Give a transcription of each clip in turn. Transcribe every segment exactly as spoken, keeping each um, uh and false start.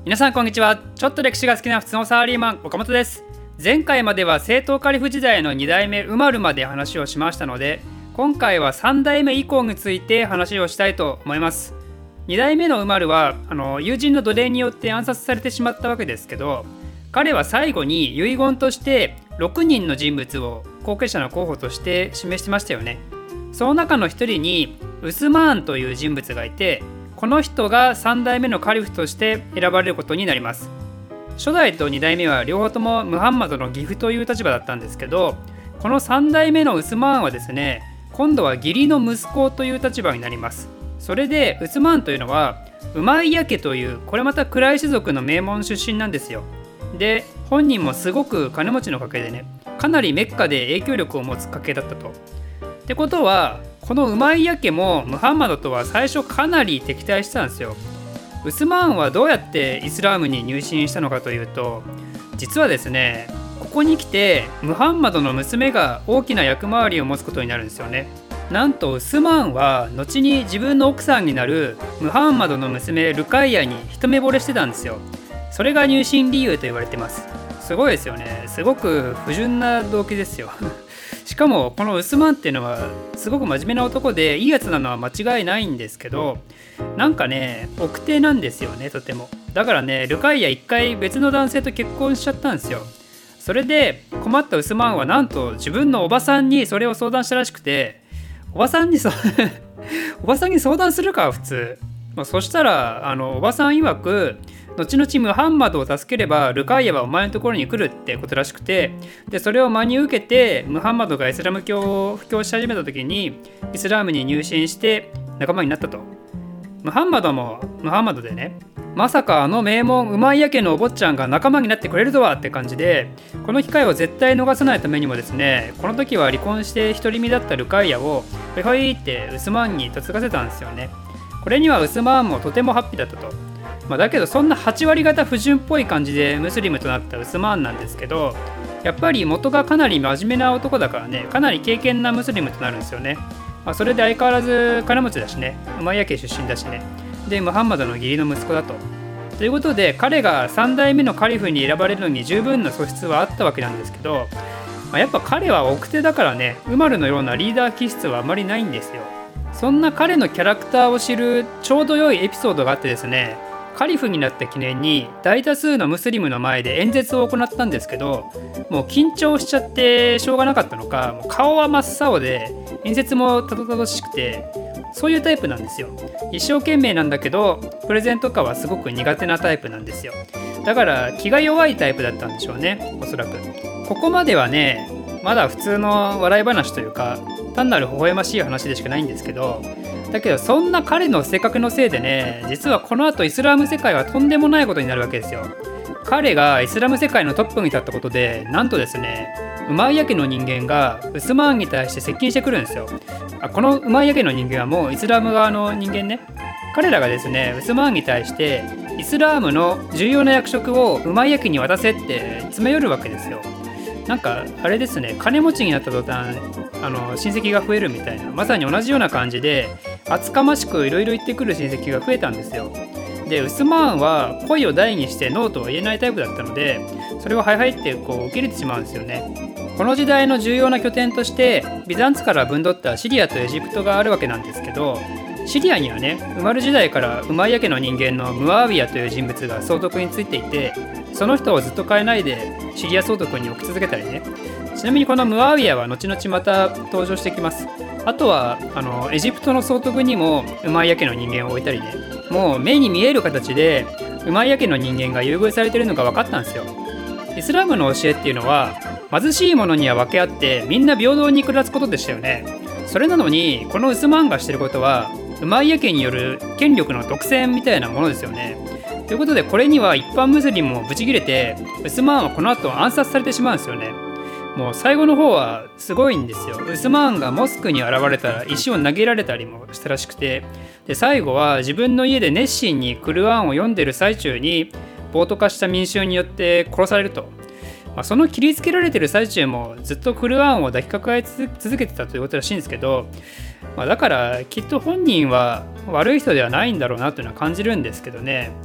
皆さんこんにちは。ちょっと歴史が好きな普通のサラリーマン岡本です。前回までは正統カリフ時代のに代目ウマルまで話をしましたので、今回はさん代目以降について話をしたいと思います。に代目のウマルはあの友人の奴隷によって暗殺されてしまったわけですけど、彼は最後に遺言としてろくにんの人物を後継者の候補として示してましたよね。その中のひとりにウスマーンという人物がいて、この人がさん代目のカリフとして選ばれることになります。初代とに代目は両方ともムハンマドの義父という立場だったんですけど、このさん代目のウスマーンはですね、今度は義理の息子という立場になります。それでウスマーンというのはウマイヤ家という、これまたクライシ族の名門出身なんですよ。で、本人もすごく金持ちの家系でね、かなりメッカで影響力を持つ家系だったと。ってことは、このウマイヤ家もムハンマドとは最初かなり敵対してたんですよ。ウスマーンはどうやってイスラームに入信したのかというと、実はですね、ここに来てムハンマドの娘が大きな役回りを持つことになるんですよね。なんとウスマーンは後に自分の奥さんになるムハンマドの娘ルカイヤに一目惚れしてたんですよ。それが入信理由と言われてます。すごいですよね。すごく不純な動機ですよ。しかもこのウスマンっていうのはすごく真面目な男でいいやつなのは間違いないんですけど、なんかね奥手なんですよね、とても。だからね、ルカイヤ一回別の男性と結婚しちゃったんですよ。それで困ったウスマンはなんと自分のおばさんにそれを相談したらしくて、おばさんにそおばさんに相談するか普通、まあ、そしたらあのおばさん曰く、後々ムハンマドを助ければルカイヤはお前のところに来るってことらしくて、でそれを真に受けてムハンマドがイスラム教を布教し始めた時にイスラームに入信して仲間になったと。ムハンマドもムハンマドでね、まさかあの名門ウマイヤ家のお坊ちゃんが仲間になってくれるとはって感じで、この機会を絶対逃さないためにもですね、この時は離婚して独り身だったルカイヤをほいほいってウスマーンに嫁がせたんですよね。これにはウスマーンもとてもハッピーだったと。まあ、だけどそんなはち割方不純っぽい感じでムスリムとなったウスマーンなんですけど、やっぱり元がかなり真面目な男だからね、かなり敬虔なムスリムとなるんですよね。まあ、それで相変わらず金持ちだしね、ウマイヤ家出身だしね、でムハンマドの義理の息子だと。ということで彼がさん代目のカリフに選ばれるのに十分な素質はあったわけなんですけど、まあ、やっぱ彼は奥手だからね、ウマルのようなリーダー気質はあまりないんですよ。そんな彼のキャラクターを知るちょうど良いエピソードがあってですね、カリフになった記念に大多数のムスリムの前で演説を行ったんですけど、もう緊張しちゃってしょうがなかったのか、もう顔は真っ青で演説もたどたどしくて、そういうタイプなんですよ。一生懸命なんだけどプレゼンとかはすごく苦手なタイプなんですよ。だから気が弱いタイプだったんでしょうね、おそらく。ここまではねまだ普通の笑い話というか単なる微笑ましい話でしかないんですけど、だけどそんな彼の性格のせいでね、実はこの後イスラム世界はとんでもないことになるわけですよ。彼がイスラム世界のトップに立ったことで、なんとですね、ウマイヤ家の人間がウスマーンに対して接近してくるんですよ。あこのウマイヤ家の人間はもうイスラム側の人間ね。彼らがですね、ウスマーンに対してイスラームの重要な役職をウマイヤ家に渡せって詰め寄るわけですよ。なんかあれですね、金持ちになった途端あの親戚が増えるみたいな、まさに同じような感じで厚かましくいろいろ言ってくる親戚が増えたんですよ。でウスマーンは恋を大にしてノーとは言えないタイプだったので、それをはいはいってこう受け入れてしまうんですよね。この時代の重要な拠点としてビザンツから分取ったシリアとエジプトがあるわけなんですけど、シリアにはね、ウマル時代からウマイヤ家の人間のムアーウィヤという人物が総督についていて、その人をずっと変えないでシリア総督に置き続けたりね。ちなみにこのムアーウィヤは後々また登場してきます。あとはあのエジプトの総督にもウマイヤ家の人間を置いたりね、もう目に見える形でウマイヤ家の人間が優遇されているのが分かったんですよ。イスラムの教えっていうのは貧しい者には分け合ってみんな平等に暮らすことでしたよね。それなのにこのウスマーンがしてることはウマイヤ家による権力の独占みたいなものですよね。ということでこれには一般ムスリムもブチ切れて、ウスマーンはこの後暗殺されてしまうんですよね。もう最後の方はすごいんですよ。ウスマーンがモスクに現れたら石を投げられたりもしたらしくて、で最後は自分の家で熱心にクルアンを読んでる最中に暴徒化した民衆によって殺されると。まあ、その切りつけられてる最中もずっとクルアンを抱きかかえ続けてたということらしいんですけど、まあ、だからきっと本人は悪い人ではないんだろうなというのは感じるんですけどね。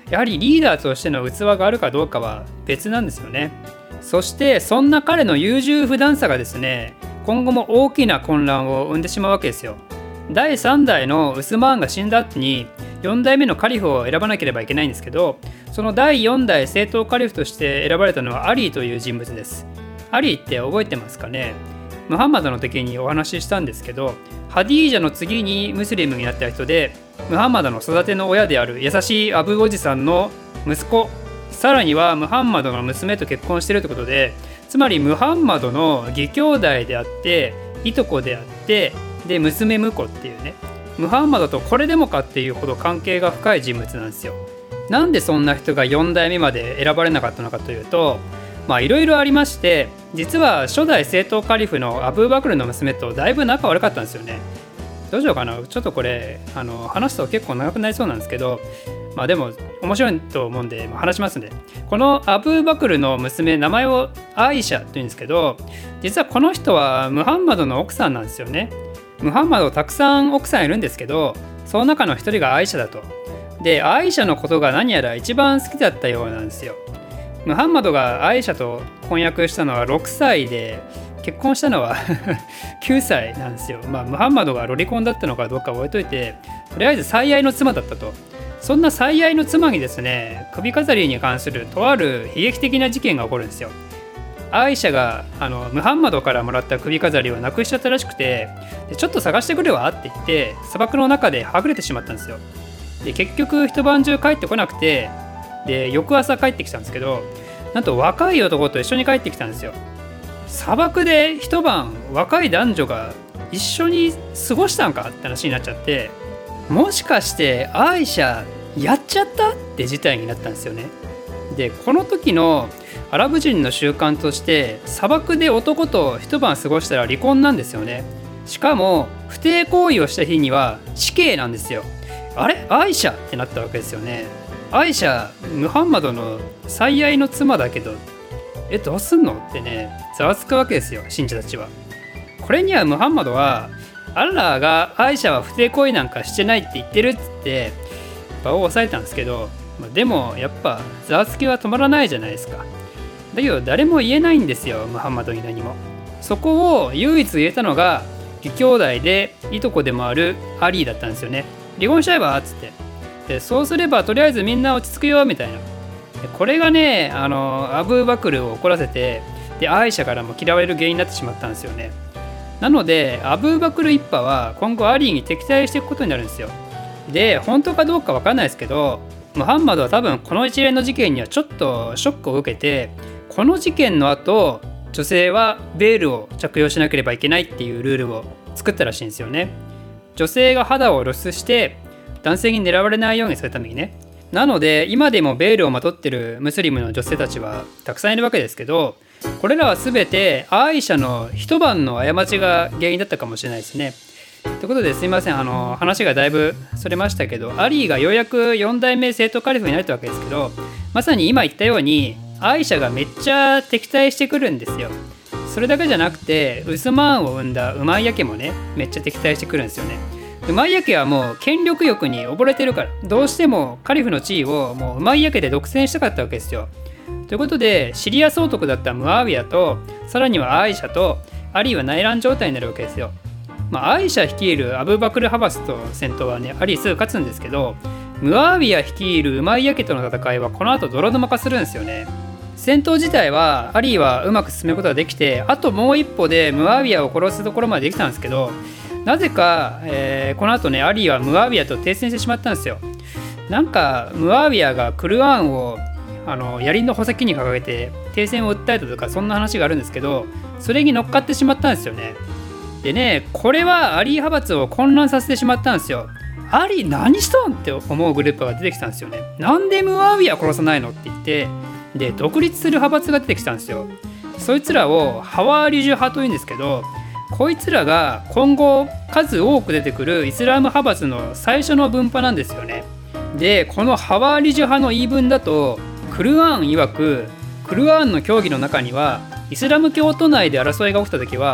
やはりリーダーとしての器があるかどうかは別なんですよね。そしてそんな彼の優柔不断さがですね、今後も大きな混乱を生んでしまうわけですよ。だいさん代のウスマーンが死んだ後によん代目のカリフを選ばなければいけないんですけど、そのだいよん代正統カリフとして選ばれたのはアリーという人物です。アリーって覚えてますかね。ムハンマドの時にお話ししたんですけど、ハディージャの次にムスリムになった人で、ムハンマドの育ての親である優しいアブおじさんの息子、さらにはムハンマドの娘と結婚しているということで、つまりムハンマドの義兄弟であっていとこであってで娘婿っていうね、ムハンマドとこれでもかっていうほど関係が深い人物なんですよ。なんでそんな人がよん代目まで選ばれなかったのかというと、まあいろいろありまして、実は初代正統カリフのアブーバクルの娘とだいぶ仲悪かったんですよね。どうしようかな、ちょっとこれあの話すと結構長くなりそうなんですけど、まあでも面白いと思うんで、まあ、話しますんで。このアブーバクルの娘、名前をアイシャというんですけど、実はこの人はムハンマドの奥さんなんですよね。ムハンマドたくさん奥さんいるんですけど、その中の一人がアイシャだと。でアイシャのことが何やら一番好きだったようなんですよ。ムハンマドがアイシャと婚約したのはろくさいで、結婚したのはきゅうさいなんですよ。まあムハンマドがロリコンだったのかどうか置いといて、とりあえず最愛の妻だったと。そんな最愛の妻にですね、首飾りに関するとある悲劇的な事件が起こるんですよ。アイシャがあのムハンマドからもらった首飾りをなくしちゃったらしくて、でちょっと探してくるわって言って砂漠の中ではぐれてしまったんですよ。で結局一晩中帰ってこなくて、で翌朝帰ってきたんですけど、なんと若い男と一緒に帰ってきたんですよ。砂漠で一晩若い男女が一緒に過ごしたんかって話になっちゃって、もしかしてアイシャやっちゃったって事態になったんですよね。でこの時のアラブ人の習慣として、砂漠で男と一晩過ごしたら離婚なんですよね。しかも不貞行為をした日には死刑なんですよ。あれアイシャってなったわけですよね。アイシャムハンマドの最愛の妻だけど、えどうすんのってね、ざわつくわけですよ、信者たちは。これにはムハンマドは、アッラーがアイシャは不貞行為なんかしてないって言ってるっつって場を押さえたんですけど、でもやっぱざわつきは止まらないじゃないですか。だけど誰も言えないんですよ、ムハンマドに何も。そこを唯一言えたのが義兄弟でいとこでもあるアリーだったんですよね。離婚しちゃえばっつって、でそうすればとりあえずみんな落ち着くよみたいな。でこれがね、あのアブーバクルを怒らせて、でアイシャからも嫌われる原因になってしまったんですよね。なのでアブーバクル一派は今後アリーに敵対していくことになるんですよ。で本当かどうか分かんないですけど、ムハンマドは多分この一連の事件にはちょっとショックを受けて、この事件の後女性はベールを着用しなければいけないっていうルールを作ったらしいんですよね。女性が肌を露出して男性に狙われないようにするためにね。なので今でもベールをまとってるムスリムの女性たちはたくさんいるわけですけど、これらは全てアイシャの一晩の過ちが原因だったかもしれないですね。ということですいません、あの話がだいぶそれましたけど、アリーがようやくよん代目正統カリフになれたわけですけど、まさに今言ったようにアイシャがめっちゃ敵対してくるんですよ。それだけじゃなくてウスマーンを生んだウマイヤ家もね、めっちゃ敵対してくるんですよね。ウマイヤ家はもう権力欲に溺れてるから、どうしてもカリフの地位をもうウマイヤ家で独占したかったわけですよ。ということでシリア総督だったムアーウィアと、さらにはアイシャとアリーは内乱状態になるわけですよ。まあ、アイシャ率いるアブバクル派閥と戦闘はね、アリーすぐ勝つんですけど、ムアーウィア率いるウマイヤ家との戦いはこの後泥沼化するんですよね。戦闘自体はアリーはうまく進めることができて、あともう一歩でムアーウィアを殺すところまでできたんですけど、なぜか、えー、この後ねアリーはムアーウィアと停戦してしまったんですよ。なんかムアーウィアがクルアーンをあの槍の穂先に掲げて停戦を訴えたとか、そんな話があるんですけど、それに乗っかってしまったんですよね。でね、これはアリー派閥を混乱させてしまったんですよ。アリー何しとんって思うグループが出てきたんですよね。なんでムアーウィア殺さないのって言って、で独立する派閥が出てきたんですよ。そいつらをハワーリジュ派というんですけど、こいつらが今後数多く出てくるイスラム派閥の最初の分派なんですよね。でこのハワーリジュ派の言い分だと、クルアーン曰くクルアーンの教義の中にはイスラム教徒内で争いが起きた時は不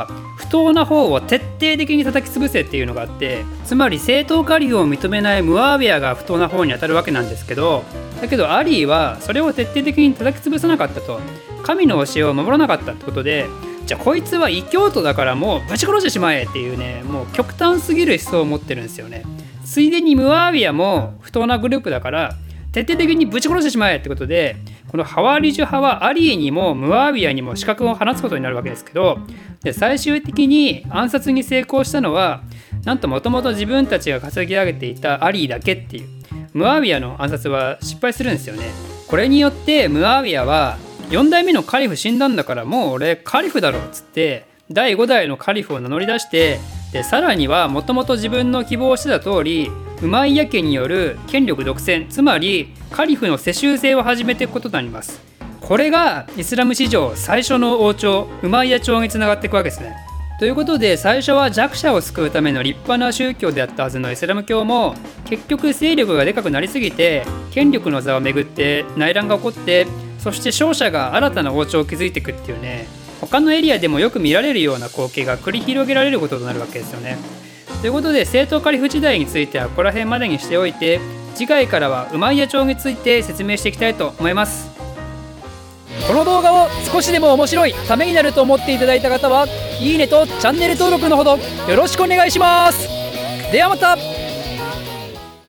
不当な方を徹底的に叩き潰せっていうのがあって、つまり正当カリフを認めないムアーウィアが不当な方に当たるわけなんですけど、だけどアリーはそれを徹底的に叩き潰さなかったと、神の教えを守らなかったってことで、じゃあこいつは異教徒だからもうぶち殺してしまえっていうね、もう極端すぎる思想を持ってるんですよね。ついでにムアーウィアも不当なグループだから徹底的にぶち殺してしまえってことで、このハワリジュ派はアリーにもムアーウィアにも刺客を放つことになるわけですけど、で最終的に暗殺に成功したのはなんともともと自分たちが稼ぎ上げていたアリーだけっていう、ムアーウィアの暗殺は失敗するんですよね。これによってムアーウィアはよんだいめのカリフ死んだんだからもう俺カリフだろっつってだいごだいのカリフを名乗り出して、でさらにはもともと自分の希望してた通りウマイヤ家による権力独占、つまりカリフの世襲制を始めていくことになります。これがイスラム史上最初の王朝ウマイヤ朝につながっていくわけですね。ということで最初は弱者を救うための立派な宗教であったはずのイスラム教も結局勢力がでかくなりすぎて権力の座をめぐって内乱が起こって、そして勝者が新たな王朝を築いていくっていうね、他のエリアでもよく見られるような光景が繰り広げられることとなるわけですよね。ということで正統カリフ時代についてはここら辺までにしておいて、次回からはウマイヤ朝について説明していきたいと思います。 この動画を少しでも面白い、ためになると思っていただいた方はいいねとチャンネル登録のほどよろしくお願いします。ではまた。